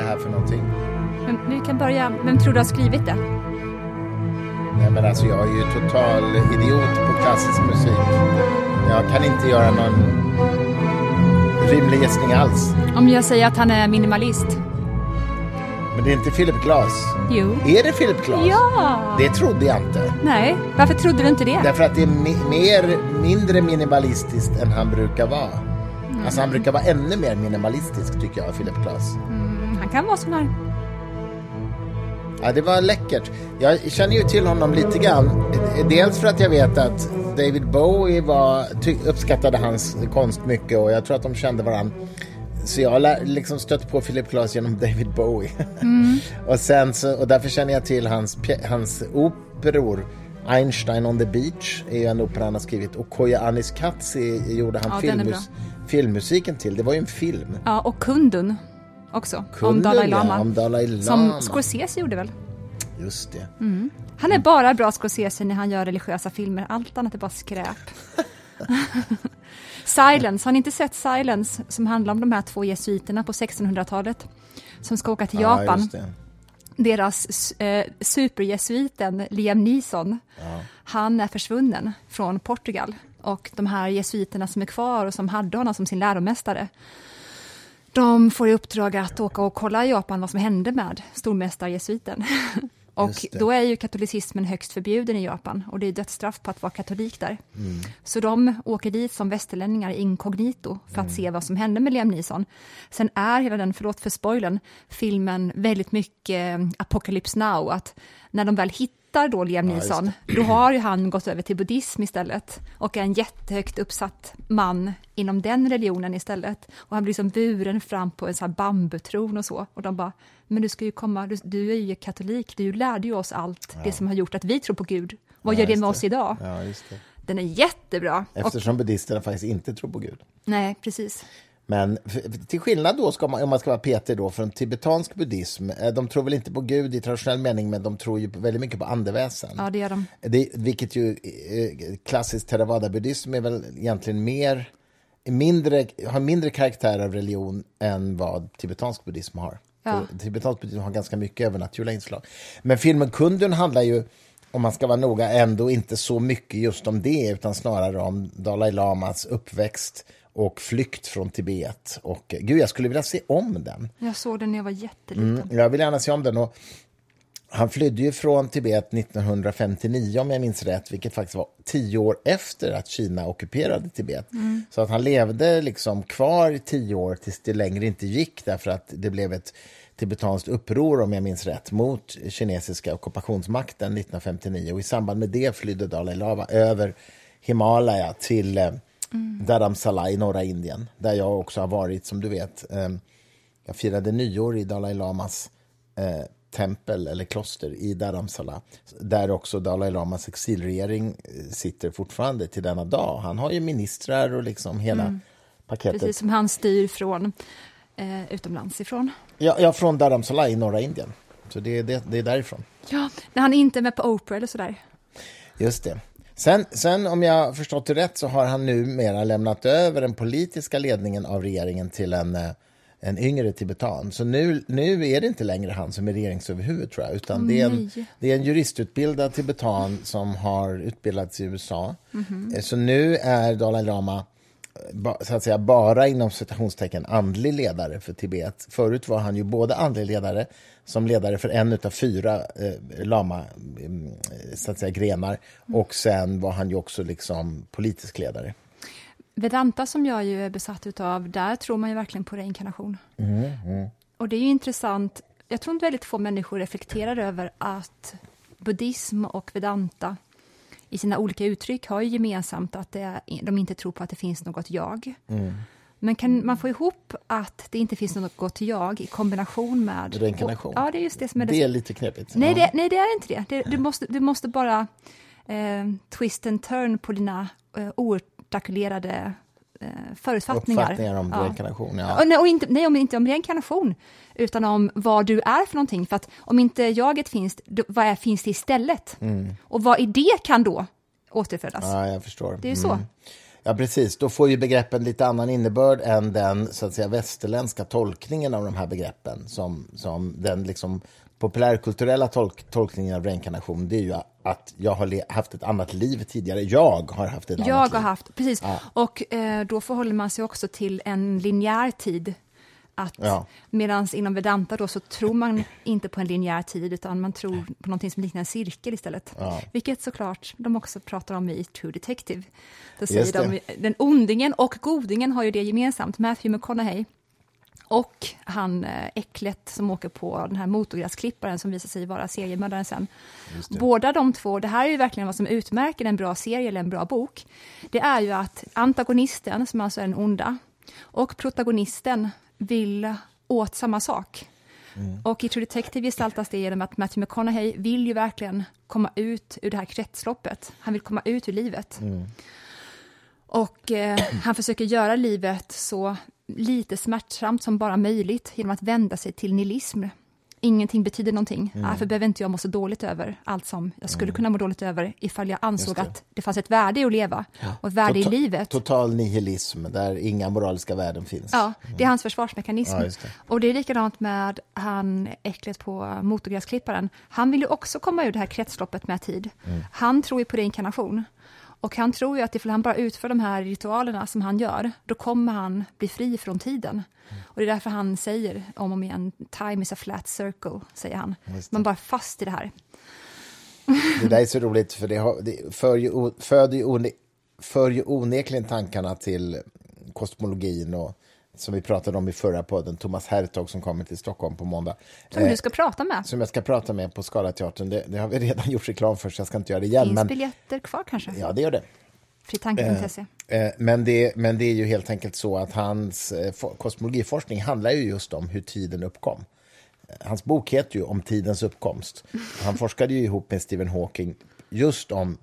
det här för någonting? Men vi kan börja. Vem tror du har skrivit det? Nej, men alltså jag är ju total idiot på klassisk musik. Jag kan inte göra någon rimlig gissning alls. Om jag säger att han är minimalist. Men det är inte Philip Glass. Jo. Är det Philip Glass? Ja. Det trodde jag inte. Nej, varför trodde du inte det? Därför att det är mindre minimalistiskt än han brukar vara. Alltså han brukar vara ännu mer minimalistisk tycker jag, Philip Glass. Han kan vara sån här. Ja, det var läckert. Jag känner ju till honom lite grann. Dels för att jag vet att David Bowie uppskattade hans konst mycket och jag tror att de kände varandra. Så jag liksom stött på Philip Glass genom David Bowie. och därför känner jag till hans operor. Einstein on the Beach är ju en opera han har skrivit. Och Koya Anis Katsi gjorde han filmmusiken till. Det var ju en film. Ja, och Kundun också. Om Dalai Lama. Som Scorsese gjorde väl? Just det. Han är bara bra Scorsese när han gör religiösa filmer. Allt annat är bara skräp. Silence, har ni inte sett Silence som handlar om de här 2 jesuiterna på 1600-talet som ska åka till Japan? Just det. Deras superjesuiten Liam Neeson, han är försvunnen från Portugal och de här jesuiterna som är kvar och som hade honom som sin läromästare, de får i uppdrag att åka och kolla i Japan vad som hände med stormästarjesuiten. Och då är ju katolicismen högst förbjuden i Japan och det är dödsstraff på att vara katolik där. Så de åker dit som västerlänningar inkognito för att se vad som hände med Liam Neeson. Sen är hela den, förlåt för spoilern, filmen väldigt mycket Apocalypse Now, att när de väl hittar då Liam Neeson, då har ju han gått över till buddhism istället och är en jättehögt uppsatt man inom den religionen istället. Och han blir som buren fram på en sån här bambutron och så. Och de bara, men du ska ju komma, du är ju katolik, du lärde ju oss allt det som har gjort att vi tror på Gud. Vad gör det med oss idag? Ja, just det. Den är jättebra. Eftersom buddhisterna faktiskt inte tror på Gud. Nej, precis. Men till skillnad då, om man ska vara Peter då, från tibetansk buddhism, de tror väl inte på Gud i traditionell mening, men de tror ju väldigt mycket på andeväsen. Ja, det gör de. Vilket ju klassisk Theravada-buddhism är väl egentligen har mindre karaktär av religion än vad tibetansk buddhism har. Ja. Tibetansk buddhism har ganska mycket övernaturliga inslag. Men filmen Kundun handlar ju, om man ska vara noga, ändå inte så mycket just om det, utan snarare om Dalai Lamas uppväxt och flykt från Tibet. Och gud, jag skulle vilja se om den. Jag såg den när jag var jätteliten. Jag vill gärna se om den. Och han flydde ju från Tibet 1959 om jag minns rätt, vilket faktiskt var 10 år efter att Kina ockuperade Tibet. Så att han levde liksom kvar i 10 år tills det längre inte gick, därför att det blev ett tibetanskt uppror, om jag minns rätt, mot kinesiska ockupationsmakten 1959. Och i samband med det flydde Dalai Lama över Himalaya till Dharamsala i norra Indien, där jag också har varit, som du vet. Jag firade nyår i Dalai Lamas tempel eller kloster i Dharamsala, där också Dalai Lamas exilregering sitter fortfarande till denna dag. Han har ju ministrar och liksom hela paketet. Precis, som han styr från utomlands ifrån. Ja, från Dharamsala i norra Indien. Så det är därifrån. Ja, när han inte är med på Oprah eller sådär. Just det. Sen om jag har förstått det rätt så har han numera lämnat över den politiska ledningen av regeringen till en yngre tibetan. Så nu är det inte längre han som är regeringsöverhuvud, tror jag, utan det är en juristutbildad tibetan som har utbildats i USA. Så nu är Dalai Lama så att säga bara inom citationstecken andlig ledare för Tibet. Förut var han ju både andlig ledare som ledare för en utav 4 lama så att säga grenar, och sen var han ju också liksom politisk ledare. Vedanta, som jag ju är besatt utav, där tror man ju verkligen på reinkarnation. Och det är ju intressant. Jag tror inte väldigt få människor reflekterar över att buddhism och Vedanta i sina olika uttryck har ju gemensamt att de inte tror på att det finns något jag. Men kan man få ihop att det inte finns något jag i kombination med reinkarnation? Ja, det är just det som är det är lite knepigt. Nej, det är inte det. Du måste bara twist and turn på dina oartikulerade förutfattningar. Uppfattningar om reinkarnation, Och inte om reinkarnation, utan om vad du är för någonting. För att om inte jaget finns, vad finns det istället? Och vad i det kan då återfödas? Ja, jag förstår. Det är ju så. Ja, precis. Då får ju begreppen lite annan innebörd än den så att säga västerländska tolkningen av de här begreppen. Som den liksom populärkulturella tolkningen av reinkarnation, det är ju att jag har haft ett annat liv tidigare. Jag har haft ett annat liv. Jag har haft, precis. Ja. Och då förhåller man sig också till en linjär tid. Medan inom Vedanta då så tror man inte på en linjär tid, utan man tror på någonting som liknar en cirkel istället. Ja. Vilket såklart de också pratar om i True Detective. Då säger de, den ondingen och godingen har ju det gemensamt. Matthew McConaughey och han äcklet som åker på den här motorgräsklipparen som visar sig vara seriemördaren sen. Båda de två, det här är ju verkligen vad som utmärker en bra serie eller en bra bok. Det är ju att antagonisten, som alltså är den onda, och protagonisten vill åt samma sak. Och i True Detective gestaltas det genom att Matthew McConaughey vill ju verkligen komma ut ur det här kretsloppet. Han vill komma ut ur livet. Och han försöker göra livet så lite smärtsamt som bara möjligt genom att vända sig till nihilism. Ingenting betyder någonting. Därför behöver inte jag må så dåligt över allt som jag skulle kunna må dåligt över ifall jag ansåg att det fanns ett värde i att leva och ett värde i livet. Total nihilism där inga moraliska värden finns. Ja, det är hans försvarsmekanism. Ja, och det är likadant med han äcklet på motorgräsklipparen. Han vill ju också komma ur det här kretsloppet med tid. Han tror ju på reinkarnation. Och han tror ju att ifall han bara utför de här ritualerna som han gör, då kommer han bli fri från tiden. Och det är därför han säger om och igen, time is a flat circle, säger han. Man bara fast i det här. Det där är så roligt, för det för ju onekligen tankarna till kosmologin och som vi pratade om i förra podden, Thomas Hertog som kommer till Stockholm på måndag. Som du ska prata med. Som jag ska prata med på Scalateatern. Det har vi redan gjort reklam för, så jag ska inte göra det igen. Finns biljetter kvar kanske? Ja, det gör det. Fritanken.se. Men det är ju helt enkelt så att hans kosmologiforskning handlar ju just om hur tiden uppkom. Hans bok heter ju Om tidens uppkomst. Han forskade ju ihop med Stephen Hawking just om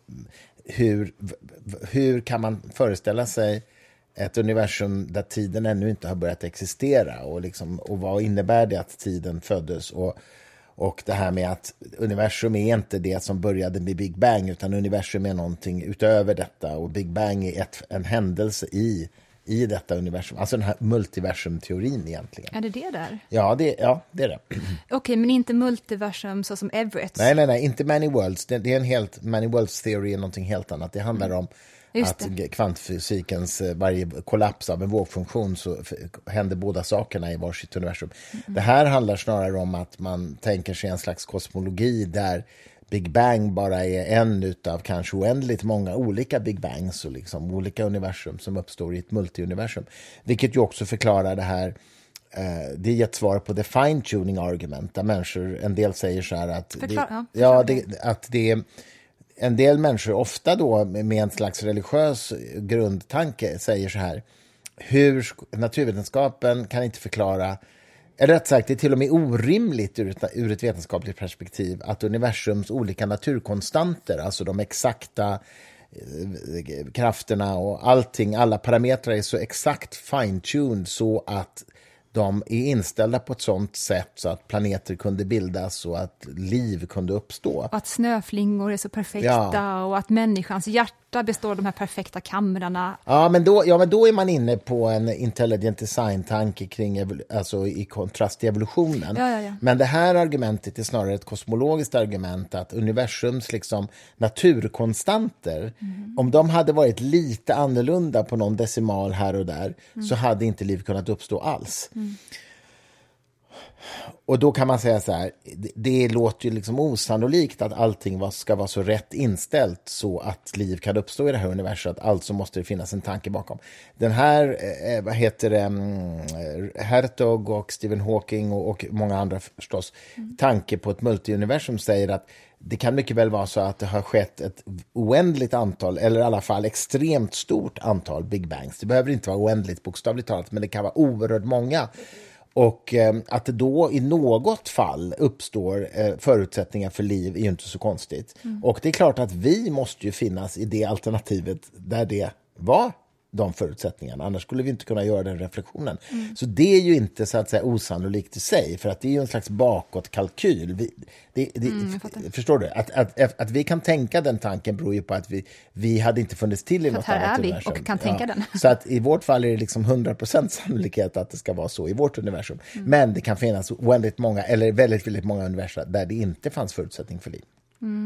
hur kan man föreställa sig ett universum där tiden ännu inte har börjat existera och vad innebär det att tiden föddes och det här med att universum är inte det som började med Big Bang, utan universum är någonting utöver detta, och Big Bang är en händelse i detta universum, alltså den här multiversumteorin egentligen. Är det det där? Ja, det är det. Okej, men inte multiversum så som Everett? Nej, inte Many Worlds. Det är en helt, Many Worlds theory är någonting helt annat. Det handlar om att kvantfysikens varje kollaps av en vågfunktion så händer båda sakerna i varsitt universum. Det här handlar snarare om att man tänker sig en slags kosmologi där Big Bang bara är en utav kanske oändligt många olika Big Bangs och liksom olika universum som uppstår i ett multiuniversum. Vilket ju också förklarar det här. Det är ett svar på the fine-tuning argument där människor, en del säger så här att en del människor, ofta då med en slags religiös grundtanke, säger så här: hur naturvetenskapen kan inte förklara, eller rätt sagt, det är till och med orimligt ur ett vetenskapligt perspektiv att universums olika naturkonstanter, alltså de exakta krafterna och allting, alla parametrar är så exakt fine-tuned så att de är inställda på ett sånt sätt så att planeter kunde bildas och att liv kunde uppstå. Att snöflingor är så perfekta och att människans hjärta består av de här perfekta kamrarna. Ja, men då är man inne på en intelligent design-tanke kring, alltså i kontrast till evolutionen. Ja. Men det här argumentet är snarare ett kosmologiskt argument, att universums liksom naturkonstanter, om de hade varit lite annorlunda på någon decimal här och där, så hade inte liv kunnat uppstå alls. Och då kan man säga så här, det låter ju liksom osannolikt att allting ska vara så rätt inställt så att liv kan uppstå i det här universet, alltså måste det finnas en tanke bakom. Den här, Hertog och Stephen Hawking och många andra förstås, tanke på ett multiuniversum säger att det kan mycket väl vara så att det har skett ett oändligt antal, eller i alla fall extremt stort antal Big Bangs. Det behöver inte vara oändligt bokstavligt talat, men det kan vara oerhört många. Och att det då i något fall uppstår förutsättningar för liv är ju inte så konstigt. Och det är klart att vi måste ju finnas i det alternativet där det var de förutsättningarna. Annars skulle vi inte kunna göra den reflektionen. Så det är ju inte så att säga osannolikt i sig, för att det är ju en slags bakåtkalkyl. Förstår du? Att vi kan tänka den tanken beror ju på att vi hade inte funnits till i något annat universum. Här är vi och kan tänka den. Så att i vårt fall är det liksom 100% sannolikhet att det ska vara så i vårt universum. Men det kan finnas väldigt många, eller väldigt, väldigt många universum där det inte fanns förutsättning för liv.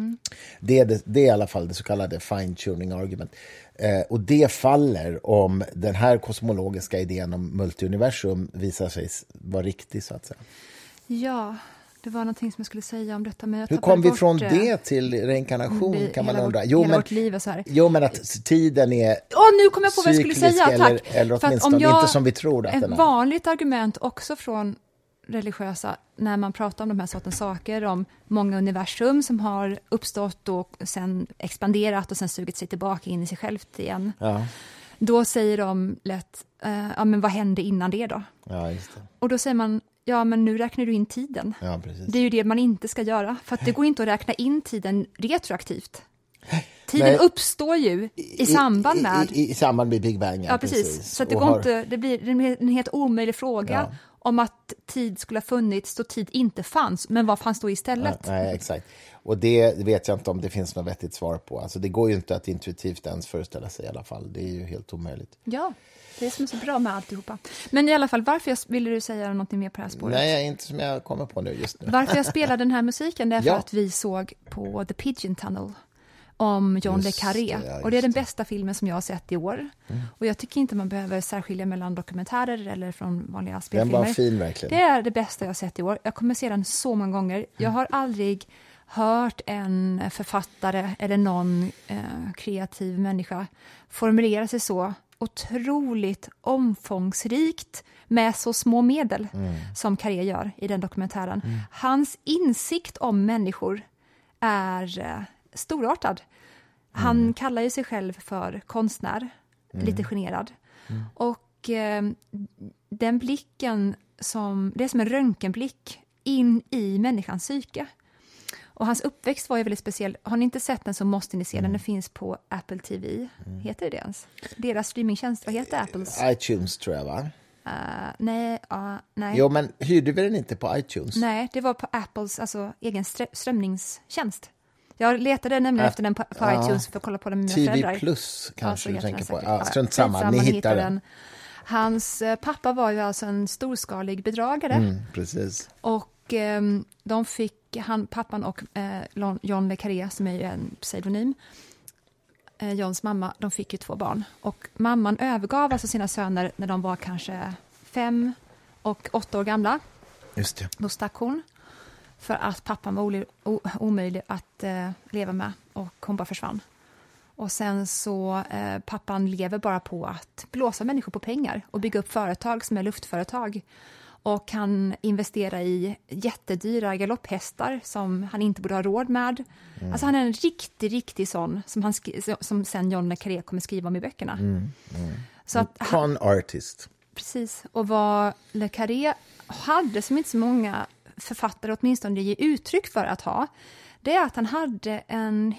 Det är i alla fall det så kallade fine-tuning argument. Och det faller om den här kosmologiska idén om multiuniversum visar sig vara riktig, så att säga. Ja, det var någonting som jag skulle säga om detta. Men hur kom vi från det till reinkarnation, kan man undra? Vårt liv är så här. Jo, men att tiden är nu kom jag på vad jag skulle säga, tack. Eller åtminstone inte som vi tror att den är. Ett vanligt argument också från religiösa, när man pratar om de här sortens saker, om många universum som har uppstått och sen expanderat och sen sugit sig tillbaka in i sig självt igen. Ja. Då säger de lätt, men vad hände innan det då? Ja, just det. Och då säger man, men nu räknar du in tiden. Ja, precis. Det är ju det man inte ska göra, för att det går inte att räkna in tiden retroaktivt. Tiden uppstår ju i samband med... I samband med Big Bang, ja, precis. Så att det går inte, det blir en helt omöjlig fråga om att tid skulle ha funnits då tid inte fanns. Men vad fanns då istället? Nej, exakt. Och det vet jag inte om det finns något vettigt svar på. Alltså det går ju inte att intuitivt ens föreställa sig i alla fall. Det är ju helt omöjligt. Ja, det är som är så bra med alltihopa. Men i alla fall, varför ville du säga något mer på det här spåret? Nej, inte som jag kommer på nu just nu. Varför jag spelar den här musiken, det är för att vi såg på The Pigeon Tunnel om John le Carré. Och det är den bästa filmen som jag har sett i år. Och jag tycker inte man behöver särskilja mellan dokumentärer eller från vanliga spelfilmer. Den var fin verkligen. Det är det bästa jag har sett i år. Jag kommer se den så många gånger. Jag har aldrig hört en författare eller någon kreativ människa formulera sig så otroligt omfångsrikt med så små medel som Carré gör i den dokumentären. Hans insikt om människor är storartad. Han kallar ju sig själv för konstnär, lite generad. Och den blicken, det är som en röntgenblick in i människans psyke. Och hans uppväxt var ju väldigt speciell. Har ni inte sett den så måste ni se den. Den finns på Apple TV. Heter det ens? Deras streamingtjänst, vad heter Apples? iTunes tror jag, va? Nej. Jo, men hyrde vi den inte på iTunes? Nej, det var på Apples egen strömningstjänst. Jag letade nämligen efter den på iTunes för att kolla på den med mina föräldrar. TV Plus kanske du tänker på. Ja, strunt samma, ni hittar den. Hans pappa var ju alltså en storskalig bedragare. Precis. Och de fick, pappan och John le Carré, som är ju en pseudonym, Johns mamma, de fick ju 2 barn. Och mamman övergav alltså sina söner när de var kanske 5 och 8 år gamla. Just det. Då stack hon. För att pappan var omöjlig att leva med och hon bara försvann. Och sen så pappan lever bara på att blåsa människor på pengar och bygga upp företag som är luftföretag. Och kan investera i jättedyra galopphästar som han inte borde ha råd med. Alltså han är en riktig sån som sen John le Carré kommer skriva om i böckerna. Så att, con artist. Precis. Och vad le Carré hade som inte så många författare åtminstone ger uttryck för att ha, det är att han hade en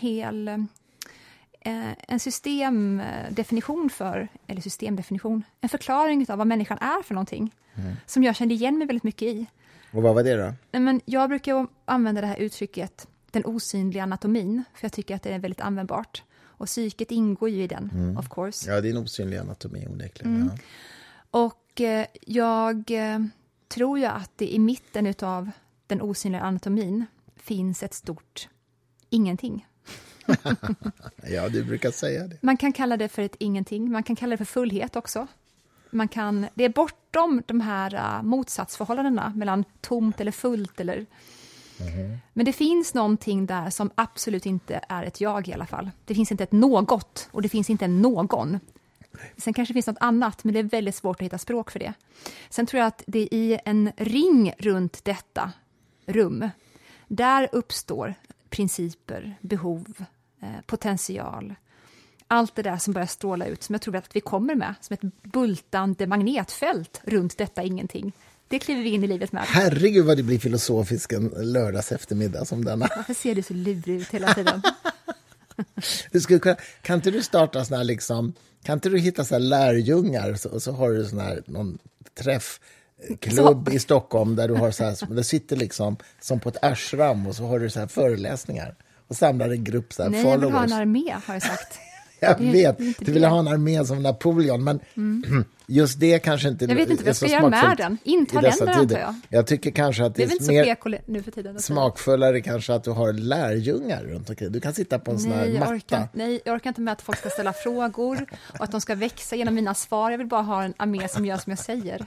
systemdefinition en förklaring av vad människan är för någonting som jag kände igen mig väldigt mycket i. Och vad var det då? Men jag brukar använda det här uttrycket, den osynliga anatomin, för jag tycker att det är väldigt användbart. Och psyket ingår ju i den, of course. Ja, det är en osynlig anatomi onekligen. Ja. Och jag tror jag att det i mitten utav den osynliga anatomin finns ett stort ingenting. Ja, du brukar säga det. Man kan kalla det för ett ingenting. Man kan kalla det för fullhet också. Det är bortom de här motsatsförhållandena mellan tomt eller fullt. Men det finns någonting där som absolut inte är ett jag i alla fall. Det finns inte ett något och det finns inte en någon. Sen kanske det finns något annat, men det är väldigt svårt att hitta språk för det. Sen tror jag att det är i en ring runt detta rum. Där uppstår principer, behov, potential. Allt det där som börjar stråla ut, som jag tror att vi kommer med. Som ett bultande magnetfält runt detta ingenting. Det kliver vi in i livet med. Herregud vad det blir filosofisk en lördags eftermiddag som denna. Varför ser du så lurig ut hela tiden? Kan inte du starta såna här liksom, kan inte du hitta så här lärjungar och så har du sån här någon träffklubb i Stockholm där du har så här, det sitter liksom som på ett ashram och så har du så här föreläsningar och samlar en grupp så här followers. Nej, jag vill ha en armé, har jag sagt. Jag vet, du vill ha en armé som Napoleon, men just det kanske inte jag vet inte vad jag ska göra med den. Inta länder, antar jag. Jag tycker kanske att det är mer nu för tiden, smakfullare kanske att du har lärjungar runt omkring. Du kan sitta på en sån här matta. Jag orkar inte med att folk ska ställa frågor och att de ska växa genom mina svar. Jag vill bara ha en armé som gör som jag säger.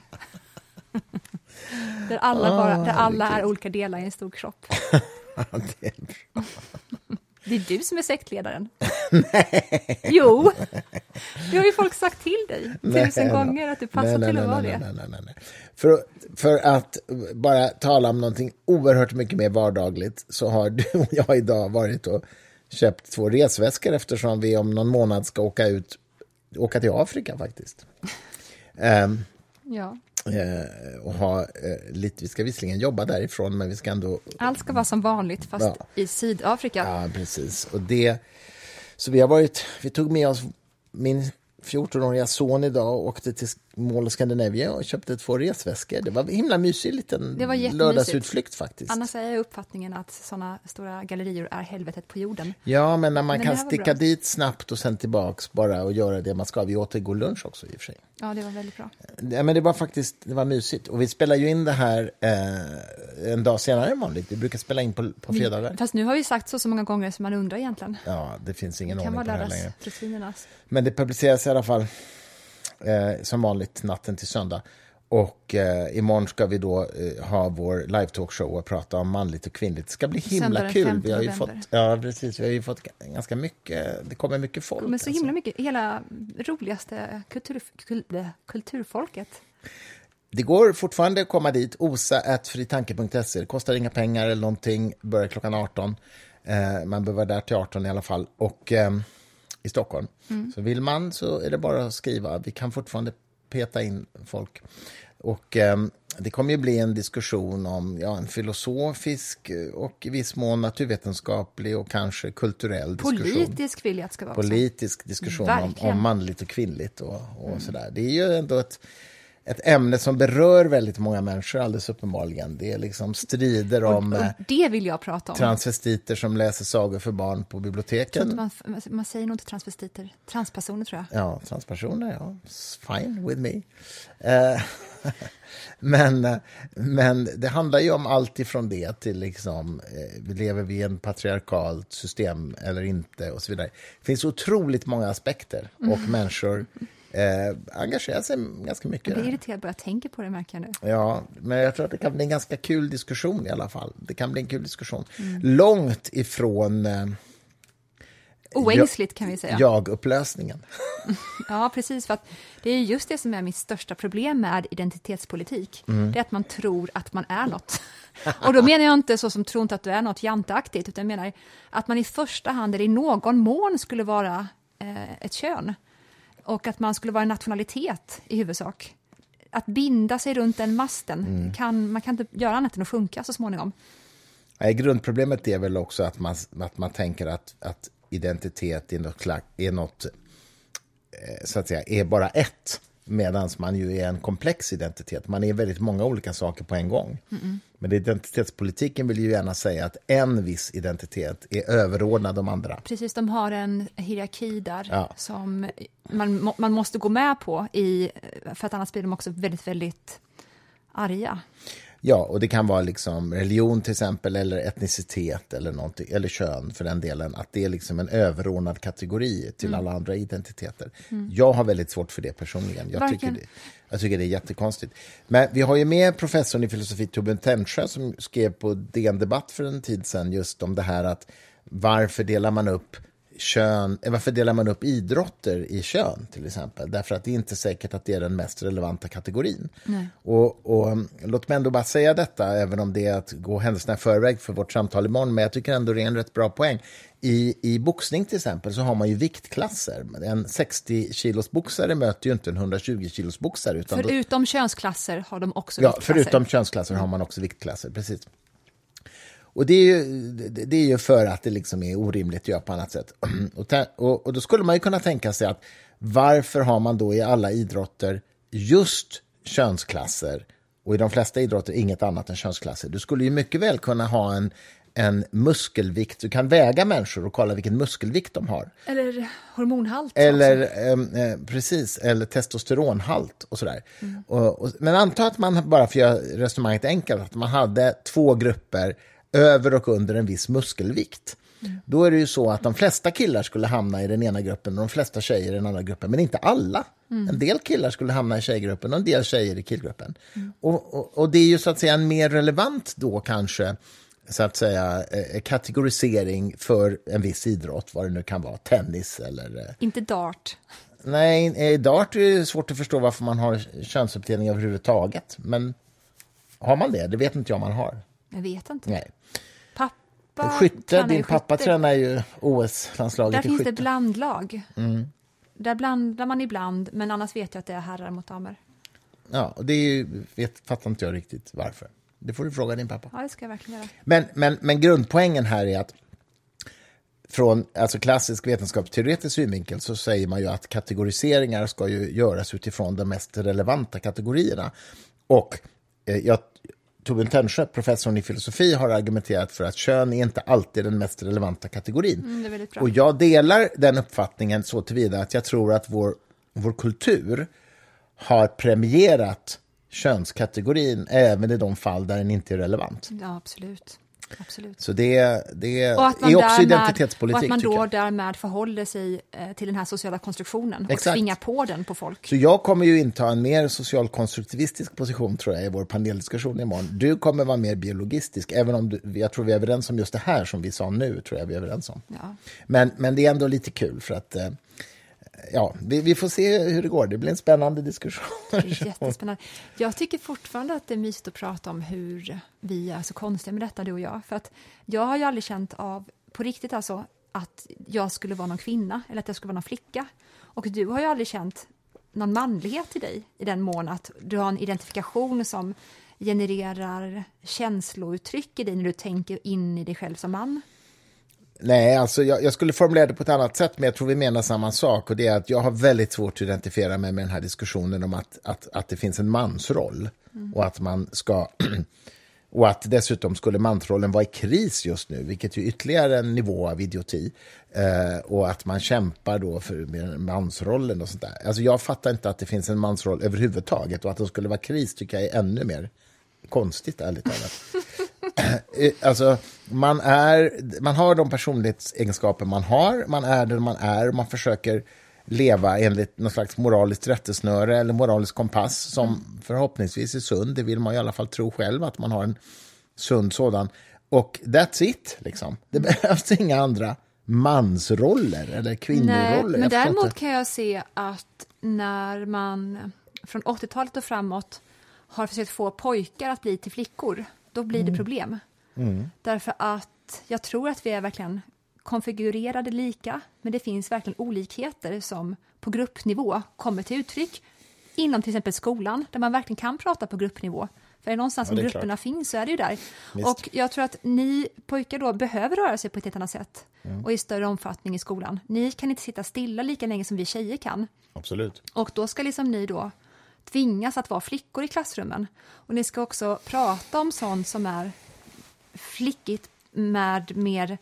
Där alla är olika delar i en stor kropp. Det är bra. Det är du som är sektledaren. Nej. Jo, det har ju folk sagt till dig 1000 gånger att du passar till att vara det. Nej. För att bara tala om någonting oerhört mycket mer vardagligt så har du och jag idag varit och köpt 2 resväskor eftersom vi om någon månad ska åka till Afrika faktiskt. Ja. Och ha lite, vi ska visserligen jobba därifrån, men vi ska ändå... Allt ska vara som vanligt, fast i Sydafrika. Ja, precis. Och så vi tog med oss min 14-åriga son idag och åkte till Mall of Scandinavia och köpte 2 resväskor. Det var himla mysig liten lördagsutflykt faktiskt. Annars är uppfattningen att sådana stora gallerier är helvetet på jorden. Ja, men när man kan sticka dit snabbt och sen tillbaks bara och göra det man ska. Vi åt god lunch också i och för sig. Ja, det var väldigt bra. Ja, men det var mysigt. Och vi spelar ju in det här en dag senare än vanligt. Vi brukar spela in på fredagar. Fast nu har vi sagt så många gånger som man undrar egentligen. Ja, det finns ingen ordning på det här längre. Rutinernas. Men det publiceras i alla fall som vanligt natten till söndag. Och imorgon ska vi då ha vår live-talkshow och prata om manligt och kvinnligt. Det ska bli himla kul. Vi har ju vi har ju fått ganska mycket, det kommer mycket folk. Men så himla mycket, hela roligaste kulturfolket. Det går fortfarande att komma dit, osa@fritanke.se. Det kostar inga pengar eller någonting, börjar klockan 18. Man behöver vara där till 18 i alla fall. Och i Stockholm. Så vill man så är det bara att skriva. Vi kan fortfarande peta in folk. Och det kommer ju bli en diskussion om en filosofisk och i viss mån naturvetenskaplig och kanske kulturell diskussion. Politisk vill jag att ska vara. Politisk diskussion om manligt och kvinnligt och sådär. Det är ju ändå ett ämne som berör väldigt många människor alldeles uppenbarligen. Det är liksom strider om och det vill jag prata om. Transvestiter som läser sagor för barn på biblioteken. Man säger nog inte transvestiter. Transpersoner tror jag. Ja, transpersoner, ja. Fine with me. Men det handlar ju om allt ifrån det till liksom, lever vi i en patriarkalt system eller inte och så vidare. Det finns otroligt många aspekter och människor engagerar sig ganska mycket. Jag blir irriterad bara jag tänker på det, märker jag nu. Ja, men jag tror att det kan bli en ganska kul diskussion i alla fall. Det kan bli en kul diskussion. Långt ifrån oängsligt kan vi säga. Jag-upplösningen. Ja, precis. För att det är just det som är mitt största problem med identitetspolitik. Det är att man tror att man är något. Och då menar jag inte så som tror inte att du är något janteaktigt, utan jag menar att man i första hand eller i någon mån skulle vara ett kön. Och att man skulle vara en nationalitet i huvudsak. Att binda sig runt den masten, man kan inte göra annat än att funka så småningom. Nej, grundproblemet är väl också att man tänker att identitet är något så att säga, är bara ett. Medan man ju är en komplex identitet. Man är väldigt många olika saker på en gång. Men identitetspolitiken vill ju gärna säga att en viss identitet är överordnad de andra. Precis, de har en hierarki där som man måste gå med på för att annars blir de också väldigt, väldigt arga. Ja, och det kan vara liksom religion till exempel eller etnicitet eller någonting, eller kön för den delen, att det är liksom en överordnad kategori till alla andra identiteter. Jag har väldigt svårt för det personligen. Jag tycker det är jättekonstigt. Men vi har ju med professorn i filosofi Torbjörn Tännsjö som skrev på DN Debatt för en tid sedan just om det här att varför delar man upp idrotter i kön till exempel? Därför att det är inte säkert att det är den mest relevanta kategorin. Och låt mig ändå bara säga detta, även om det är att gå händelserna i förväg för vårt samtal imorgon, men jag tycker ändå det är en rätt bra poäng. I boxning till exempel så har man ju viktklasser. En 60-kilos boxare möter ju inte en 120-kilos boxare. Förutom könsklasser har de också viktklasser. Förutom könsklasser har man också viktklasser, precis. Och det är ju för att det liksom är orimligt att göra på annat sätt. Och då skulle man ju kunna tänka sig att varför har man då i alla idrotter just könsklasser och i de flesta idrotter inget annat än könsklasser? Du skulle ju mycket väl kunna ha en muskelvikt. Du kan väga människor och kolla vilken muskelvikt de har. Eller hormonhalt. Eller precis, eller testosteronhalt och sådär. Men anta att man bara för att göra resonemanget enkelt, att man hade 2 grupper över och under en viss muskelvikt. Då är det ju så att de flesta killar skulle hamna i den ena gruppen och de flesta tjejer i den andra gruppen, men inte alla. En del killar skulle hamna i tjejgruppen och en del tjejer i killgruppen. Och det är ju så att säga en mer relevant då kanske, så att säga, kategorisering för en viss idrott, vad det nu kan vara, tennis eller... Inte dart. Nej, dart är det svårt att förstå varför man har könsuppdelning överhuvudtaget, men har man det? Det vet inte jag om man har. Jag vet inte. Nej. Pappa Skytte, din pappa tränar ju OS-landslaget i skytte. Där finns det blandlag. Där blandar man ibland, men annars vet jag att det är herrar mot damer. Ja, och det fattar inte jag riktigt varför. Det får du fråga din pappa. Ja, det ska jag verkligen göra. Men grundpoängen här är att från alltså klassisk vetenskapsteoretisk synvinkel så säger man ju att kategoriseringar ska ju göras utifrån de mest relevanta kategorierna. Och Torbjörn Tännsjö, professorn i filosofi, har argumenterat för att kön är inte alltid den mest relevanta kategorin. Det är väldigt bra. Och jag delar den uppfattningen så tillvida att jag tror att vår kultur har premierat könskategorin även i de fall där den inte är relevant. Ja, absolut. Så det är också identitetspolitik. Och att man då därmed förhåller sig till den här sociala konstruktionen och tvingar på den på folk. Så jag kommer ju inta en mer socialkonstruktivistisk position, tror jag, i vår paneldiskussion imorgon. Du kommer vara mer biologistisk, även om jag tror vi är överens om just det här som vi sa nu, tror jag vi är överens om. Ja. Men det är ändå lite kul för att vi får se hur det går. Det blir en spännande diskussion. Det är jättespännande. Jag tycker fortfarande att det är mysigt att prata om hur vi är så konstiga med detta, du och jag. För att jag har ju aldrig känt på riktigt alltså, att jag skulle vara någon kvinna eller att jag skulle vara någon flicka. Och du har ju aldrig känt någon manlighet i dig i den mån att du har en identifikation som genererar känslouttryck i dig när du tänker in i dig själv som man. Nej, alltså jag skulle formulera det på ett annat sätt, men jag tror vi menar samma sak, och det är att jag har väldigt svårt att identifiera mig med den här diskussionen om att det finns en mansroll och att man ska och att dessutom skulle mansrollen vara i kris just nu, vilket är ytterligare en nivå av idioti, och att man kämpar då för mansrollen och sånt där. Alltså jag fattar inte att det finns en mansroll överhuvudtaget, och att det skulle vara kris tycker jag är ännu mer konstigt, ärligt talat. Alltså man har de personlighetsegenskaper man är där man är, man försöker leva enligt någon slags moraliskt rättesnöre eller moralisk kompass som förhoppningsvis är sund. Det vill man i alla fall tro själv, att man har en sund sådan, och that's it liksom. Det behövs inga andra mansroller eller kvinnoroller. Nej, men däremot kan jag se att när man från 80-talet och framåt har försökt få pojkar att bli till flickor, då blir det problem. Därför att jag tror att vi är verkligen konfigurerade lika, men det finns verkligen olikheter som på gruppnivå kommer till uttryck inom till exempel skolan, där man verkligen kan prata på gruppnivå. För är det någonstans som grupperna finns så är det ju där. Visst. Och jag tror att ni pojkar då behöver röra sig på ett helt annat sätt och i större omfattning i skolan. Ni kan inte sitta stilla lika länge som vi tjejer kan. Absolut. Och då ska liksom ni då tvingas att vara flickor i klassrummen. Och ni ska också prata om sånt som är flickigt med mer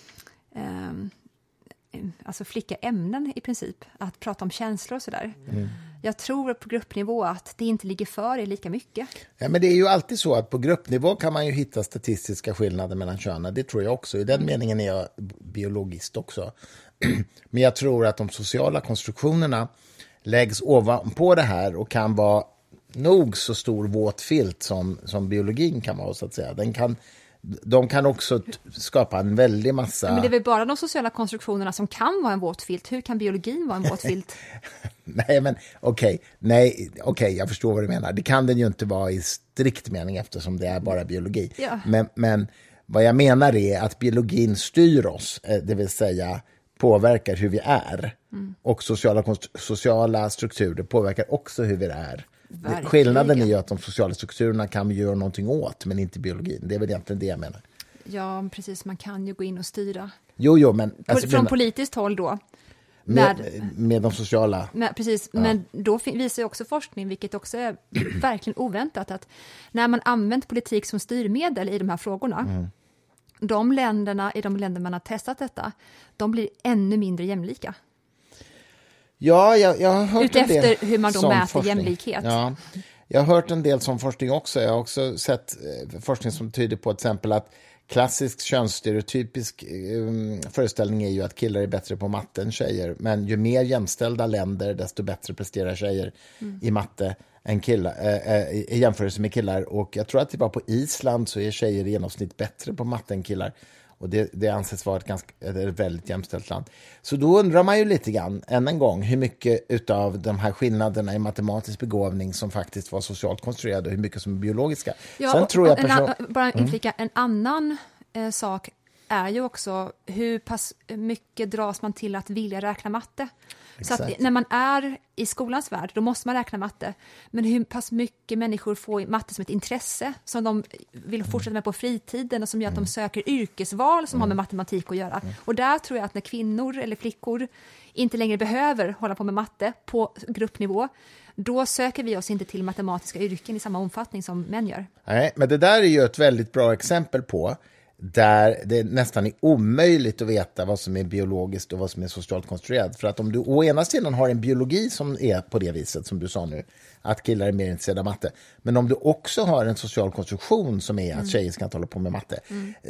alltså flicka ämnen i princip. Att prata om känslor och sådär. Jag tror på gruppnivå att det inte ligger för er lika mycket. Ja, men det är ju alltid så att på gruppnivå kan man ju hitta statistiska skillnader mellan könen. Det tror jag också. I den meningen är jag biologist också. Men jag tror att de sociala konstruktionerna läggs ovanpå det här och kan vara nog så stor våt filt som biologin kan vara, så att säga. De kan också skapa en väldig massa... Men det är väl bara de sociala konstruktionerna som kan vara en våt filt. Hur kan biologin vara en våt filt? Nej, men okej, jag förstår vad du menar. Det kan den ju inte vara i strikt mening eftersom det är bara biologi. Ja. Men vad jag menar är att biologin styr oss, det vill säga påverkar hur vi är. Och sociala strukturer påverkar också hur vi är. Verkligen. Skillnaden är ju att de sociala strukturerna kan vi göra någonting åt, men inte biologin. Det är väl egentligen det jag menar. Ja, precis. Man kan ju gå in och styra. Jo, men... Alltså, från politiskt håll då. Med de sociala... Precis, ja. Men då visar ju också forskning, vilket också är verkligen oväntat, att när man använt politik som styrmedel i de här frågorna, de länder man har testat detta, de blir ännu mindre jämlika. Ja, jag har hört utefter hur man då mäter forskning. Jämlikhet. Ja, jag har hört en del som forskning också. Jag har också sett forskning som tyder på till exempel att klassisk könsstereotypisk föreställning är ju att killar är bättre på matte än tjejer. Men ju mer jämställda länder, desto bättre presterar tjejer i matte än killar, i jämförelse med killar. Och jag tror att det var på Island så är tjejer i genomsnitt bättre på matte än killar. Och det anses vara ett väldigt jämställt land. Så då undrar man ju lite grann, än en gång, hur mycket utav de här skillnaderna i matematisk begåvning som faktiskt var socialt konstruerade och hur mycket som är biologiska. Ja, sen tror jag bara inflika, en annan sak är ju också hur pass mycket dras man till att vilja räkna matte. Exakt. Så att när man är i skolans värld, då måste man räkna matte. Men hur pass mycket människor får matte som ett intresse som de vill fortsätta med på fritiden och som gör att de söker yrkesval som har med matematik att göra. Och där tror jag att när kvinnor eller flickor inte längre behöver hålla på med matte på gruppnivå, då söker vi oss inte till matematiska yrken i samma omfattning som män gör. Nej, men det där är ju ett väldigt bra exempel på där det nästan är omöjligt att veta vad som är biologiskt och vad som är socialt konstruerat. För att om du å ena sidan har en biologi som är på det viset som du sa nu, att killar är mer intresserade av matte, men om du också har en social konstruktion som är att tjejer ska inte hålla på med matte,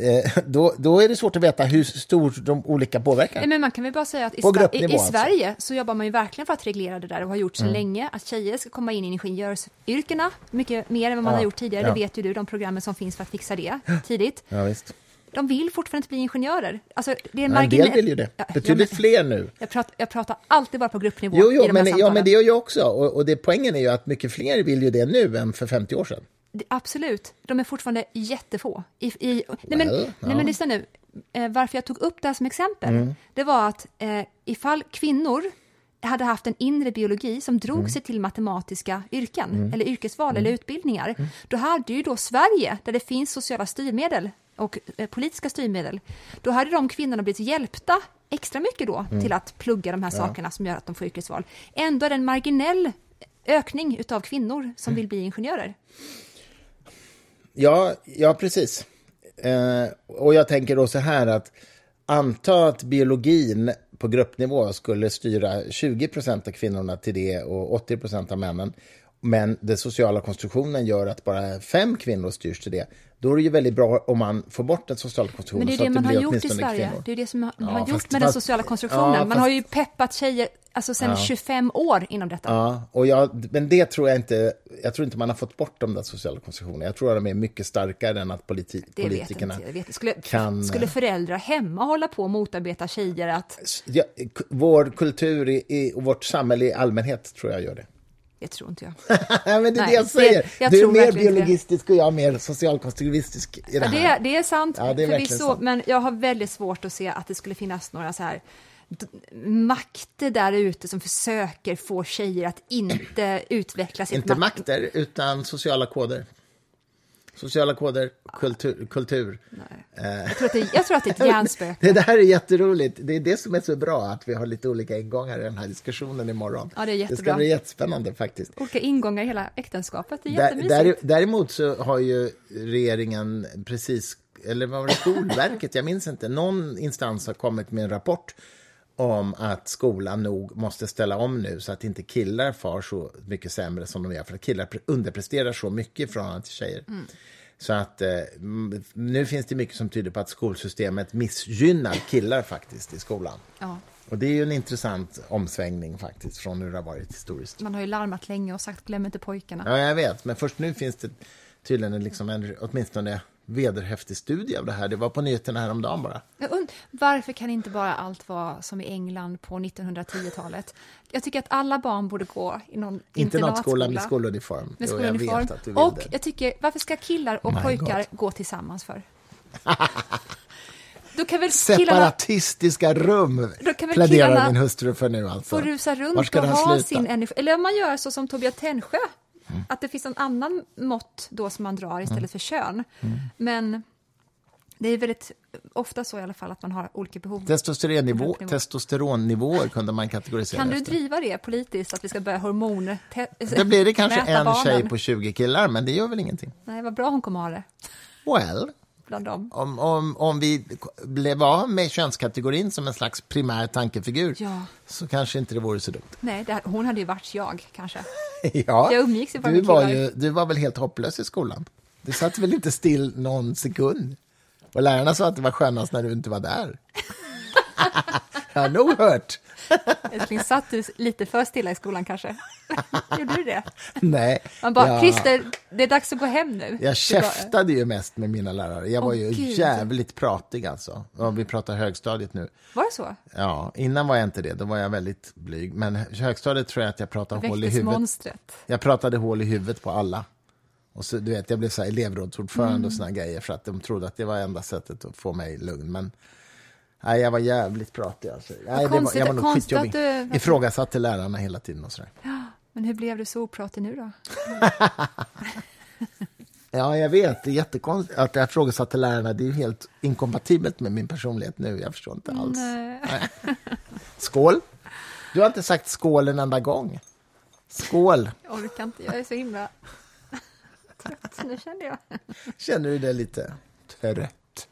då är det svårt att veta hur stor de olika påverkar. Men man kan väl bara säga att i Sverige så jobbar man ju verkligen för att reglera det där och har gjort så länge att tjejer ska komma in i ingenjörsyrkena mycket mer än vad man har gjort tidigare. Det vet ju du, de programmen som finns för att fixa det tidigt. Ja, visst. De vill fortfarande inte bli ingenjörer. Alltså, det är en del vill ju det. Betydligt fler nu. Jag pratar alltid bara på gruppnivå. Men det gör jag också. Och poängen är ju att mycket fler vill ju det nu än för 50 år sedan. Absolut. De är fortfarande jättefå. Men lyssna nu. Varför jag tog upp det här som exempel, det var att ifall kvinnor hade haft en inre biologi som drog sig till matematiska yrken eller yrkesval eller utbildningar, då hade ju då Sverige, där det finns sociala styrmedel och politiska styrmedel, då hade de kvinnorna blivit hjälpta extra mycket då till att plugga de här sakerna som gör att de får yrkesval. Ändå är det en marginell ökning utav kvinnor som vill bli ingenjörer. Ja, precis. Och jag tänker då så här att anta att biologin på gruppnivå skulle styra 20% av kvinnorna till det och 80% av männen. Men den sociala konstruktionen gör att bara 5 kvinnor styrs till det. Då är det ju väldigt bra om man får bort den sociala konstruktionen. Men det är det man har gjort i Sverige. Kvinnor. Det är det som man har gjort med den sociala konstruktionen. Man har ju peppat tjejer sedan 25 år inom detta. Ja, men det tror jag inte. Jag tror inte man har fått bort de där sociala konstruktionerna. Jag tror att de är mycket starkare än att politikerna kan... Skulle föräldrar hemma hålla på och motarbeta tjejer att... Ja, vår kultur och vårt samhälle i allmänhet tror jag gör det. Det tror inte jag. Men det är det jag säger. Du är mer biologistisk och jag är mer socialkonstruktivistisk i det här. Det är sant, ja, det är verkligen sant. Men jag har väldigt svårt att se att det skulle finnas några så här makter där ute som försöker få tjejer att inte utveckla sitt inte makter, utan sociala koder. Sociala koder, kultur. Nej. Jag tror att det är ett hjärnspöke. Det där är jätteroligt. Det är det som är så bra, att vi har lite olika ingångar i den här diskussionen imorgon. Ja, det är jättebra. Det ska bli jättespännande faktiskt. Olika ingångar i hela äktenskapet, det är jättemysigt. Däremot så har ju regeringen precis, eller vad var det, Skolverket, jag minns inte, någon instans har kommit med en rapport om att skolan nog måste ställa om nu så att inte killar far så mycket sämre som de gör, för att killar underpresterar så mycket från till tjejer. Så att nu finns det mycket som tyder på att skolsystemet missgynnar killar faktiskt i skolan. Ja. Och det är ju en intressant omsvängning faktiskt från hur det har varit historiskt. Man har ju larmat länge och sagt glöm inte pojkarna. Ja, jag vet, men först nu finns det tydligen åtminstone vederhäftig studie av det här. Det var på nyheterna häromdagen bara. Varför kan inte bara allt vara som i England på 1910-talet? Jag tycker att alla barn borde gå i någon internatskola med skoluniform. Med skoluniform. Jag vet att du vill och jag tycker, varför ska killar och pojkar gå tillsammans för? Då kan väl separatistiska rum pläderar min hustru för nu alltså. Får rusa runt och ha sin energi. Eller om man gör så som Tobias Tännsjö. Att det finns en annan mått då som man drar istället för kön. Men Det är väldigt ofta så i alla fall att man har olika behov. Testosteronnivåer kunde man kategorisera. Kan du driva det politiskt, att vi ska börja Det blir det kanske en barnen. tjej på 20 killar, men det gör väl ingenting. Nej, vad bra hon kommer ha det. Well, bland dem. Om vi blev av med könskategorin som en slags primär tankefigur, så kanske inte det vore så dumt. Nej, hon hade ju varit jag, kanske. Ja, jag umgicks ju bara med killar. Du var väl helt hopplös i skolan? Du satt väl inte still någon sekund? Och lärarna sa att det var skönast när du inte var där. Jag har nog hört. Älskling, satt du lite för stilla i skolan kanske? Gjorde du det? Nej. Man bara, Christer, det är dags att gå hem nu. Jag käftade ju mest med mina lärare. Jag var ju jävligt pratig alltså. Och vi pratar högstadiet nu. Var det så? Ja, innan var jag inte det. Då var jag väldigt blyg. Men högstadiet tror jag att jag pratade hål i huvudet. Monstret. Jag pratade hål i huvudet på alla. Och så, du vet, jag blev så här elevrådsordförande och såna grejer för att de trodde att det var enda sättet att få mig lugn. Men nej, jag var jävligt pratig. Alltså. Nej, jag var nog skitjobbig. Ifrågasatte lärarna hela tiden och sådär. Ja, men hur blev du så opratig nu då? Ja, jag vet. Det är jättekonstigt att jag ifrågasatte lärarna. Det är ju helt inkompatibelt med min personlighet nu. Jag förstår inte alls. Nej. Skål! Du har inte sagt skål en enda gång. Skål! Jag orkar inte, jag är så himla trött. Nu kände jag. Känner du det lite trött?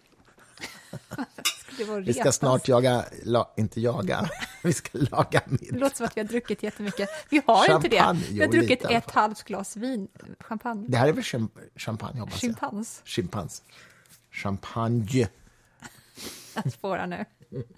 Vi ska snart vi ska laga middag. Det låter som att vi har druckit jättemycket. Vi har champagne, inte det. Vi har druckit ett halvt glas vin. Champagne. Det här är väl champagne, hoppas jag. Chimpans. Champagne. Jag spårar nu.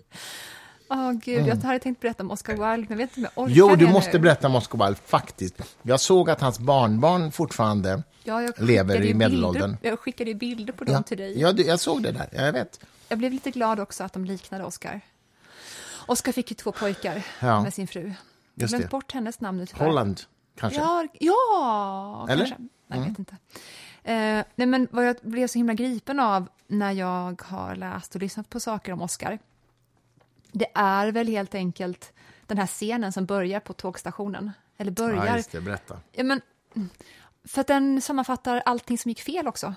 Gud, jag hade tänkt berätta om Oscar Wilde, men jag vet inte om jag orkar. Jo, du måste berätta om Oscar Wilde, faktiskt. Jag såg att hans barnbarn fortfarande lever i medelåldern. Jag skickade ju bilder på dem till dig. Ja, jag såg det där, jag vet. Jag blev lite glad också att de liknade Oscar. Oscar fick ju 2 pojkar med sin fru. Jag har glömt bort hennes namn. Holland, kanske? Ja, eller? Kanske. Nej, jag vet inte. Nej, men vad jag blev så himla gripen av när jag har läst och lyssnat på saker om Oscar, det är väl helt enkelt den här scenen som börjar på tågstationen. Eller börjar... Ja, just det, berätta. Ja, men, för att den sammanfattar allting som gick fel också.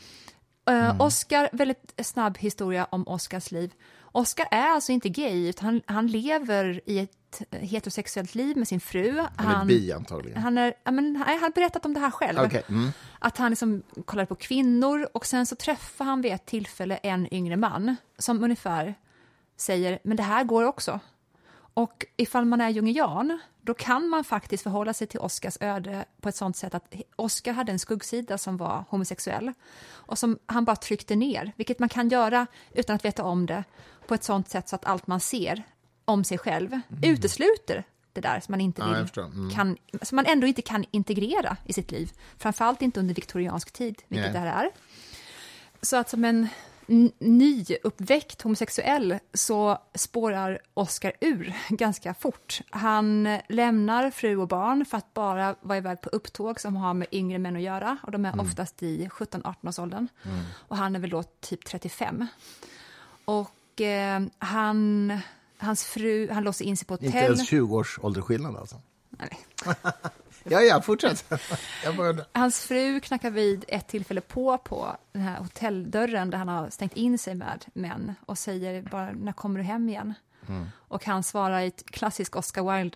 Oscar, väldigt snabb historia om Oscars liv. Oscar är alltså inte gay, utan han lever i ett heterosexuellt liv med sin fru. Han är bi antagligen. Han har berättat om det här själv. Okay. Att han liksom kollar på kvinnor och sen så träffar han vid ett tillfälle en yngre man som ungefär säger, men det här går också. Och ifall man är jungian, då kan man faktiskt förhålla sig till Oscars öde på ett sånt sätt att Oscar hade en skuggsida som var homosexuell och som han bara tryckte ner, vilket man kan göra utan att veta om det, på ett sånt sätt så att allt man ser om sig själv utesluter det där som man inte vill, som man ändå inte kan integrera i sitt liv. Framförallt inte under viktoriansk tid, vilket det här är. Så att som en nyuppväckt homosexuell så spårar Oscar ur ganska fort. Han lämnar fru och barn för att bara vara iväg på upptåg som har med yngre män att göra. Och de är oftast i 17-18-årsåldern. Och han är väl då typ 35. Och hans fru, han låser in sig på hotell. Inte ens 20 års åldersskillnad alltså. Nej. Ja, fortsätt. Hans fru knackar vid ett tillfälle på den här hotelldörren där han har stängt in sig med män och säger bara, när kommer du hem igen? Och han svarar i ett klassiskt Oscar Wilde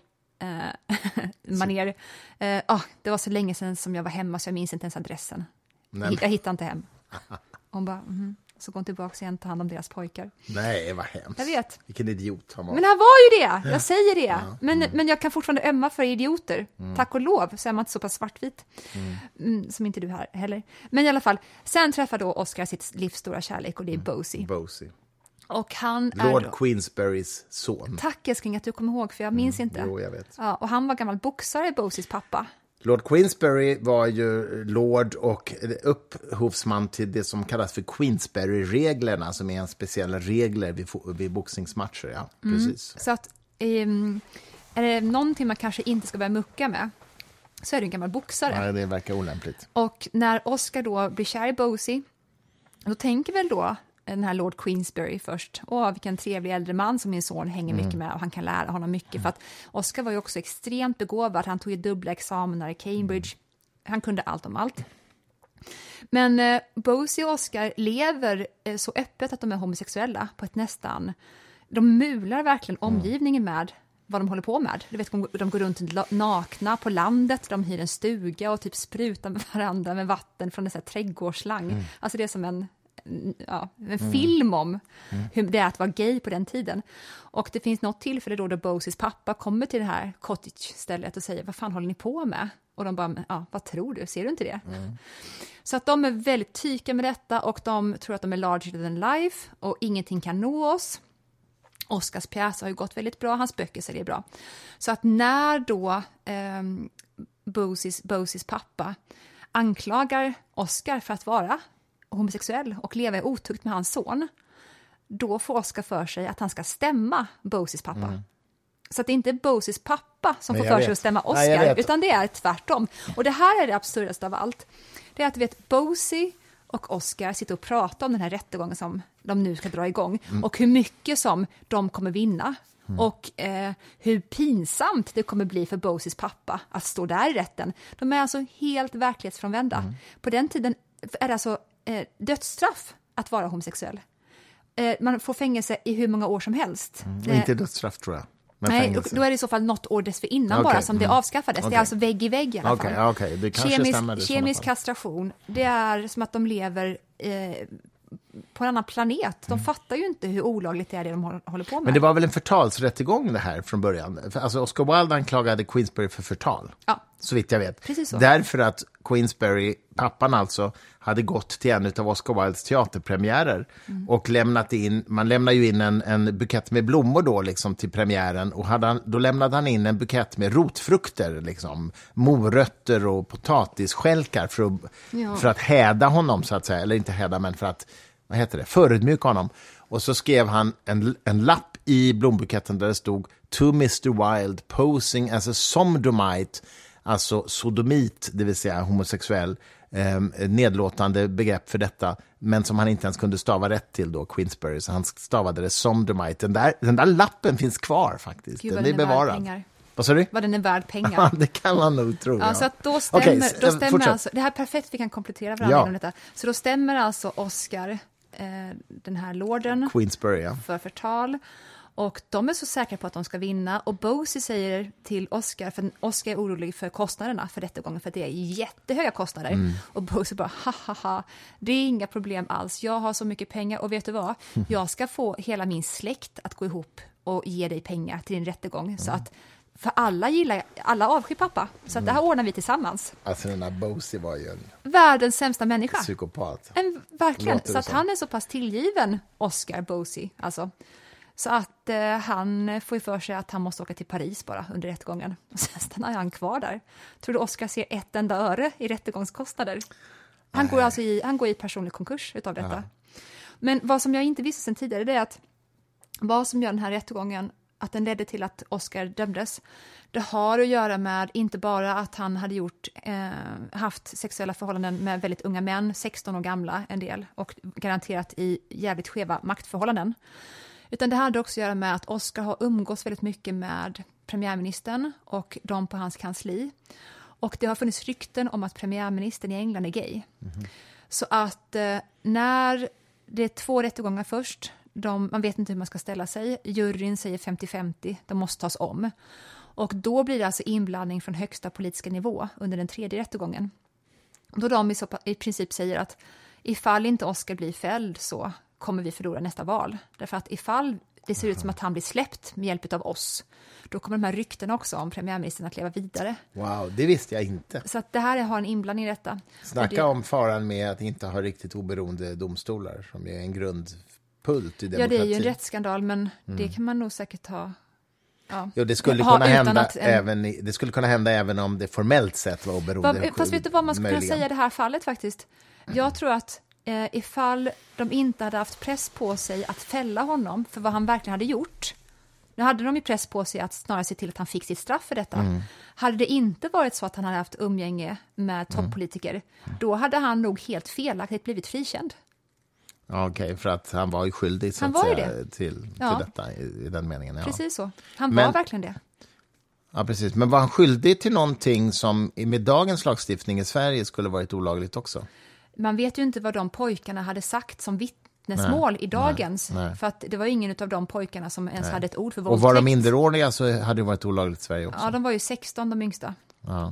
manér. Det var så länge sedan som jag var hemma så jag minns inte ens adressen. Jag hittade inte hem. Hon bara, så går hon tillbaka igen och tar hand om deras pojkar. Nej, vad hemskt. Jag vet. Vilken idiot han var. Men han var ju det, jag säger det. Men jag kan fortfarande ömma för idioter. Tack och lov, så är man inte så pass svartvit. Som inte du här heller. Men i alla fall, sen träffar då Oscar sitt livsstora kärlek och det är Bosie. Och han Lord Queensberrys son. Tack älskling att du kommer ihåg, för jag minns inte. Jo, jag vet. Ja, och han var gammal boxare, Bosies pappa. Lord Queensberry var ju lord och upphovsman till det som kallas för Queensberry-reglerna, som är en speciella regler vid boxningsmatcher. Ja, precis. Så att är det någonting man kanske inte ska börja mucka med, så är det en gammal boxare. Nej, det verkar olämpligt. Och när Oscar då blir kär i Bosie, då tänker väl då den här Lord Queensberry först. Vilken trevlig äldre man som min son hänger mycket med och han kan lära honom mycket. För att Oscar var ju också extremt begåvad. Han tog ju dubbla examiner i Cambridge. Han kunde allt om allt. Men Bosie och Oscar lever så öppet att de är homosexuella på ett nästan... De mular verkligen omgivningen med vad de håller på med. Du vet, de går runt nakna på landet, de hyr en stuga och typ sprutar med varandra med vatten från en sån här trädgårdsslang. Alltså det är som en film om hur det är att vara gay på den tiden. Och det finns något tillfälle då Bosies pappa kommer till det här cottage-stället och säger, vad fan håller ni på med? Och de bara, vad tror du? Ser du inte det? Så att de är väldigt tyka med detta och de tror att de är larger than life och ingenting kan nå oss. Oscars pjäs har ju gått väldigt bra, hans böcker säljer bra. Så att när då Bosies pappa anklagar Oscar för att vara homosexuell och leva i otukt med hans son, då får Oscar för sig att han ska stämma Bosies pappa. Så att det är inte Bosies pappa som får för sig att stämma Oscar, utan det är tvärtom. Och det här är det absurdaste av allt. Det är att du vet, Bosie och Oscar sitter och pratar om den här rättegången som de nu ska dra igång. Och hur mycket som de kommer vinna. Och hur pinsamt det kommer bli för Bosies pappa att stå där i rätten. De är alltså helt verklighetsfrånvända. På den tiden är det alltså dödsstraff att vara homosexuell. Man får fängelse i hur många år som helst. Inte dödsstraff tror jag. Nej, då är det i så fall något år dessförinnan bara som det avskaffades. Det är alltså vägg i vägg i alla fall. Det kanske stämmer. Kemisk kastration, det är som att de lever på en annan planet. De fattar ju inte hur olagligt det är det de håller på med. Men det var väl en förtalsrättegång det här från början? Alltså Oscar Wilde anklagade Queensberry för förtal. Ja. Så vitt jag vet. Precis så. Därför att Queensberry, pappan alltså, hade gått till en av Oscar Wildes teaterpremiärer och man lämnar ju in en bukett med blommor då liksom till premiären och då lämnade han in en bukett med rotfrukter liksom, morötter och potatisskälkar för att häda honom så att säga, eller inte häda men för att förödmjuka honom. Och så skrev han en lapp i blombuketten där det stod "To Mr. Wilde posing as a sodomite", alltså sodomit, det vill säga homosexuell, nedlåtande begrepp för detta, men som han inte ens kunde stava rätt till då, Queensberry, så han stavade det sodomite. Den där lappen finns kvar faktiskt. Gud, den är bevarad. Vad sa du? Vad den är värd pengar. Ja, det kan man nog tro. Ja, så att då stämmer alltså, det här är perfekt, vi kan komplettera varandra om detta. Så då stämmer alltså Oscar den här lorden Queensberry, för förtal. Och de är så säkra på att de ska vinna. Och Bosie säger till Oscar, för Oscar är orolig för kostnaderna för rättegången, för det är jättehöga kostnader. Och Bosie bara, haha, det är inga problem alls. Jag har så mycket pengar och vet du vad? Jag ska få hela min släkt att gå ihop och ge dig pengar till din rättegång. Så att, för alla avskyr pappa. Så att det här ordnar vi tillsammans. Alltså den här Bosie var ju världens sämsta människa. Psykopat. Verkligen. Så att han är så pass tillgiven, Oscar Bosie, alltså. Så att han får ju för sig att han måste åka till Paris bara under rättegången. Och sen stannar han kvar där. Tror du Oscar ser ett enda öre i rättegångskostnader? Han går i personlig konkurs utav detta. Men vad som jag inte visste sen tidigare, det är att vad som gör den här rättegången, att den ledde till att Oscar dömdes, det har att göra med inte bara att han hade haft sexuella förhållanden med väldigt unga män, 16 år gamla en del, och garanterat i jävligt skeva maktförhållanden. Utan det hade också att göra med att Oscar har umgås väldigt mycket med premiärministern och de på hans kansli. Och det har funnits rykten om att premiärministern i England är gay. Så att när det är 2 rättegångar först, man vet inte hur man ska ställa sig. Juryn säger 50-50, de måste tas om. Och då blir det alltså inblandning från högsta politiska nivå under den 3:e rättegången. Då de i princip säger att ifall inte Oscar blir fälld så kommer vi förlora nästa val. Därför att ifall det ser ut som att han blir släppt med hjälp av oss, då kommer de här ryktena också om premiärministern att leva vidare. Wow, det visste jag inte. Så att det här har en inblandning i detta. Snacka om faran med att inte ha riktigt oberoende domstolar, som är en grundpult i demokrati. Ja, det är ju en rättsskandal, men det kan man nog säkert ha. Ja. Jo, det skulle kunna hända det skulle kunna hända även om det formellt sett var oberoende. Fast vet du vad man skulle kunna säga i det här fallet faktiskt? Jag tror att ifall de inte hade haft press på sig att fälla honom för vad han verkligen hade gjort. Nu hade de ju press på sig att snarare se till att han fick sitt straff för detta. Hade det inte varit så att han hade haft umgänge med toppolitiker, då hade han nog helt felaktigt blivit frikänd. Okej, för att han var ju skyldig så att säga, till detta i den meningen. Ja. Precis så. Han var verkligen det. Ja, precis. Men var han skyldig till någonting som med dagens lagstiftning i Sverige skulle varit olagligt också? man vet ju inte vad de pojkarna hade sagt som vittnesmål i dagens. Nej. För att det var ingen av de pojkarna som ens hade ett ord för våldtäkt. Och var de minderåriga så hade det varit olagligt i Sverige också. Ja, de var ju 16, de yngsta. Ja.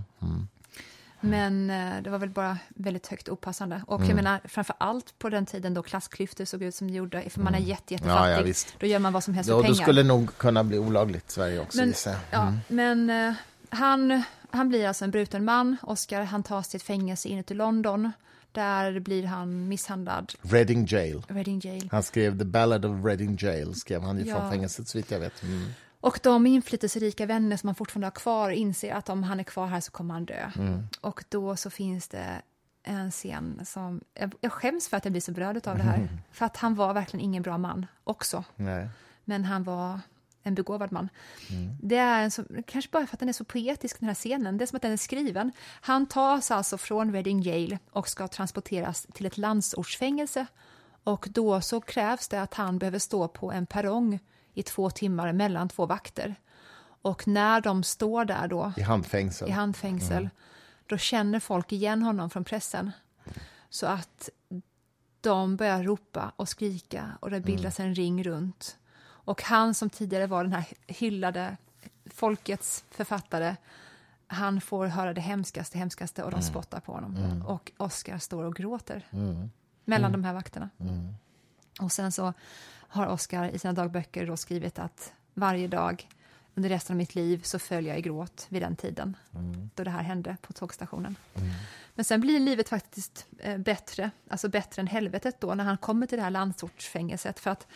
Men det var väl bara väldigt högt opassande. Och jag menar, framför allt på den tiden då klassklyftor såg ut som det gjorde. För man är jättefattig, då gör man vad som helst för pengar. Då skulle nog kunna bli olagligt i Sverige också. Men han blir alltså en bruten man. Oscar, han tas till ett fängelse inuti London. Där blir han misshandlad. Reading Jail. Han skrev The Ballad of Reading Jail. Skrev han ju från fängelset så vitt jag vet. Och de inflytelserika vänner som han fortfarande har kvar inser att om han är kvar här så kommer han dö. Och då så finns det en scen som... Jag skäms för att jag blir så berörd av det här. För att han var verkligen ingen bra man också. Nej. Men han var en begåvad man. Det är kanske bara för att den är så poetisk, den här scenen. Det är som att den är skriven. Han tas alltså från Reading Jail och ska transporteras till ett landsortsfängelse. Och då så krävs det att han behöver stå på en perrong i 2 timmar mellan 2 vakter. Och när de står där då... I handfängsel. Då känner folk igen honom från pressen. Så att de börjar ropa och skrika och det bildas en ring runt. Och han som tidigare var den här hyllade folkets författare, han får höra det hemskaste och de spottar på honom. Och Oscar står och gråter mellan de här vakterna. Och sen så har Oscar i sina dagböcker då skrivit att varje dag under resten av mitt liv så följer jag i gråt vid den tiden då det här hände på tågstationen. Men sen blir livet faktiskt bättre, alltså bättre än helvetet då när han kommer till det här landsortsfängelset, för att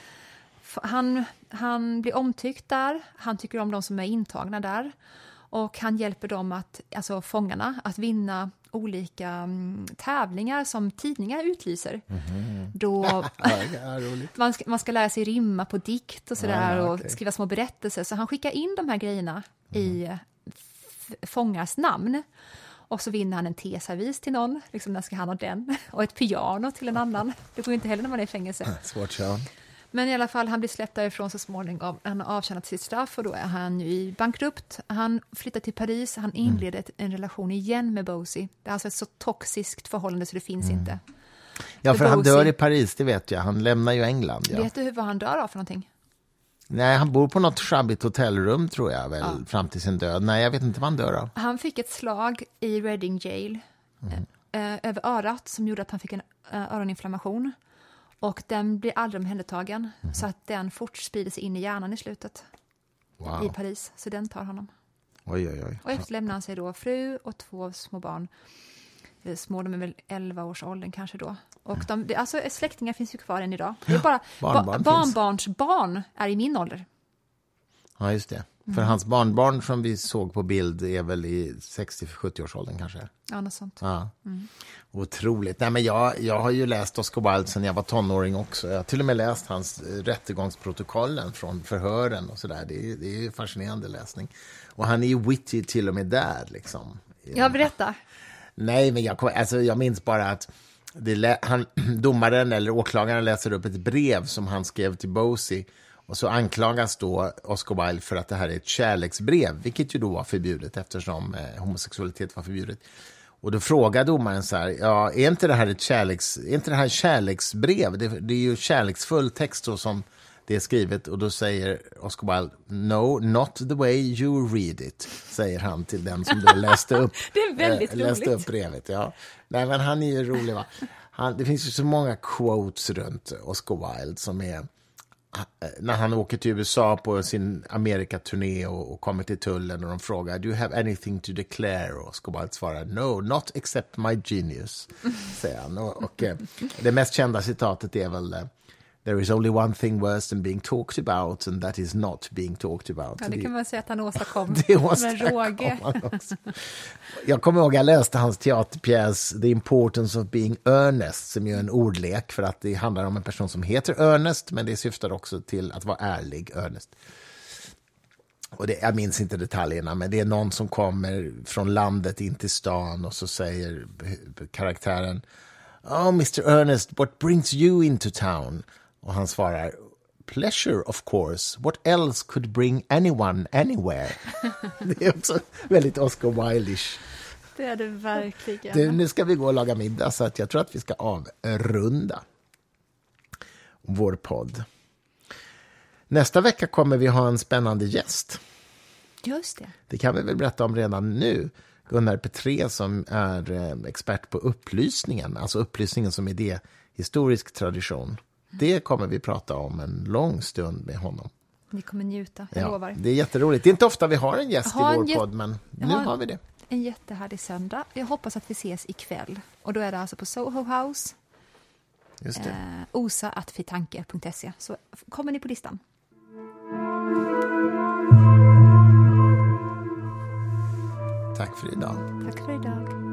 han blir omtyckt där, han tycker om de som är intagna där och han hjälper dem alltså fångarna, att vinna olika tävlingar som tidningar utlyser. Då man ska lära sig rimma på dikt och sådär och skriva små berättelser, så han skickar in de här grejerna i fångars namn. Och så vinner han en teservis till någon, liksom när ska han ha den, och ett piano till en annan. Det går ju inte heller när man är i fängelse. Svårt, ja. Men i alla fall, han blir släppt därifrån så småningom. Han har avtjänat sitt straff och då är han ju i bankrupt. Han flyttar till Paris. Han inleder en relation igen med Bosie. Det är alltså ett så toxiskt förhållande så det finns inte. Ja, för han dör i Paris, det vet jag. Han lämnar ju England. Ja. Vet du vad han dör av för någonting? Nej, han bor på något schabbigt hotellrum tror jag väl, fram till sin död. Nej, jag vet inte vad han dör av. Han fick ett slag i Reading Jail över örat som gjorde att han fick en öroninflammation. Och den blir aldrig omhändertagen. Så att den fortsprider sig in i hjärnan i slutet. Wow. I Paris. Så den tar honom. Oj. Och efter lämnar han sig då fru och 2 små barn. Små, de är väl 11 års åldern kanske då. Och alltså släktingar finns ju kvar än idag. Det är bara barnbarns barn är i min ålder. Ja, just det. För hans barnbarn som vi såg på bild är väl i 60-70-årsåldern kanske. Ja, något sånt. Ja. Otroligt. Nej, men jag har ju läst Oscar Wilde sedan jag var tonåring också. Jag har till och med läst hans rättegångsprotokollen från förhören och sådär. Det är ju fascinerande läsning. Och han är ju witty till och med där liksom. Jag berättar. Nej, men jag minns bara att domaren eller åklagaren läser upp ett brev som han skrev till Bosie. Och så anklagas då Oscar Wilde för att det här är ett kärleksbrev, vilket ju då var förbjudet eftersom homosexualitet var förbjudet. Och då frågar domaren så här, ja, är inte det här ett kärleksbrev? Det är ju kärleksfull text då som det är skrivet. Och då säger Oscar Wilde, no, not the way you read it, säger han till den som då läste upp, det är väldigt läste upp brevet. Ja. Nej, men han är ju rolig, va? Det finns ju så många quotes runt Oscar Wilde som är... När han åker till USA på sin Amerikaturné och kommer till tullen och de frågar, do you have anything to declare? Och Oscar Wilde svarar, no, not except my genius, säger han. Och det mest kända citatet är väl, there is only one thing worse than being talked about and that is not being talked about. Ja, det kan man säga att han åstadkom med råge. Jag kommer ihåg, jag läste hans teaterpjäs The Importance of Being Earnest, som är en ordlek för att det handlar om en person som heter Ernest, men det syftar också till att vara ärlig, Ernest. Och jag minns inte detaljerna, men det är någon som kommer från landet in till stan och så säger karaktären, oh Mr. Ernest, what brings you into town? Och han svarar, pleasure of course, what else could bring anyone anywhere? Det är också väldigt Oscar Wilde-ish. Det är det verkligen. Du, nu ska vi gå och laga middag, så att jag tror att vi ska avrunda vår podd. Nästa vecka kommer vi ha en spännande gäst. Just det. Det kan vi väl berätta om redan nu. Gunnar Petré, som är expert på upplysningen, alltså upplysningen som idéhistorisk tradition. Det kommer vi prata om en lång stund med honom. Ni kommer njuta, jag lovar. Det är jätteroligt. Det är inte ofta vi har en gäst i vår podd, men nu har vi det. En jättehärlig söndag. Jag hoppas att vi ses ikväll. Och då är det alltså på Soho House. Just det. osa@fitanke.se. Så kommer ni på listan. Tack för idag. Tack för idag.